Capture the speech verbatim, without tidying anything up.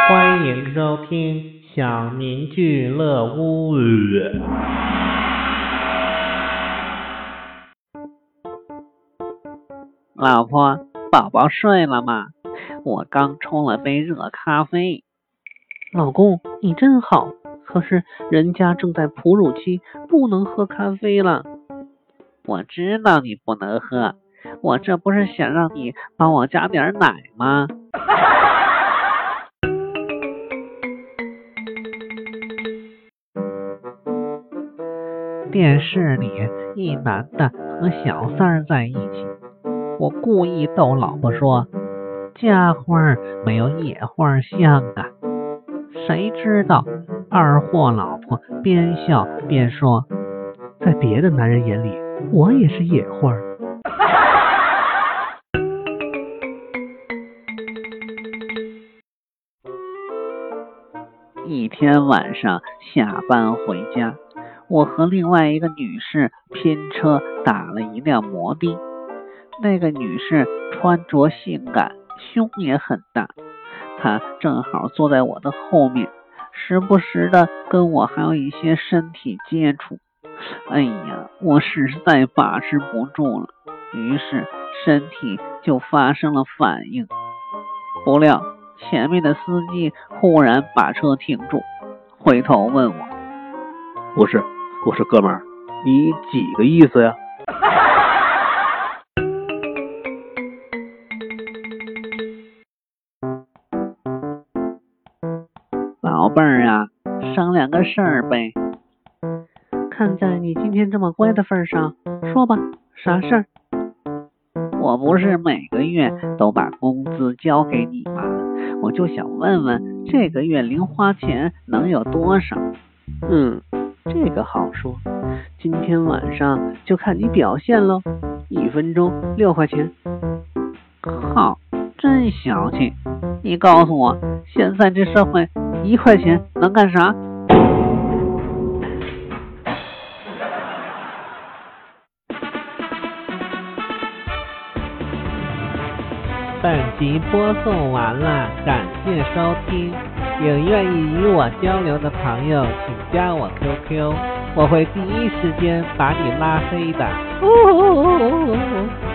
欢迎收听小民俱乐屋。 老婆，宝宝睡了吗？我刚冲了杯热咖啡。 老公，你真好，可是人家正在哺乳期，不能喝咖啡了。 我知道你不能喝，我这不是想让你帮我加点奶吗？电视里一男的和小三儿在一起，我故意逗老婆说，家花没有野花香啊。谁知道二货老婆边笑边说， 在别的男人眼里，我也是野花。 一天晚上下班回家，我和另外一个女士拼车打了一辆摩的。那个女士穿着性感，胸也很大，她正好坐在我的后面，时不时的跟我还有一些身体接触。哎呀，我实在把持不住了，于是身体就发生了反应。不料前面的司机忽然把车停住，回头问我， 不是不是哥们儿，你几个意思呀？ 宝贝儿啊，商量个事儿呗。 看在你今天这么乖的份上，说吧，啥事儿？ 我不是每个月都把工资交给你吗？我就想问问，这个月零花钱能有多少？ 嗯，这个好说。今天晚上就看你表现喽，一分钟六块钱。 靠，真小气！你告诉我，现在这社会一块钱能干啥？ 本集播送完了，感谢收听。有愿意与我交流的朋友，请加我 Q Q， 我会第一时间把你拉黑的。哦哦哦哦哦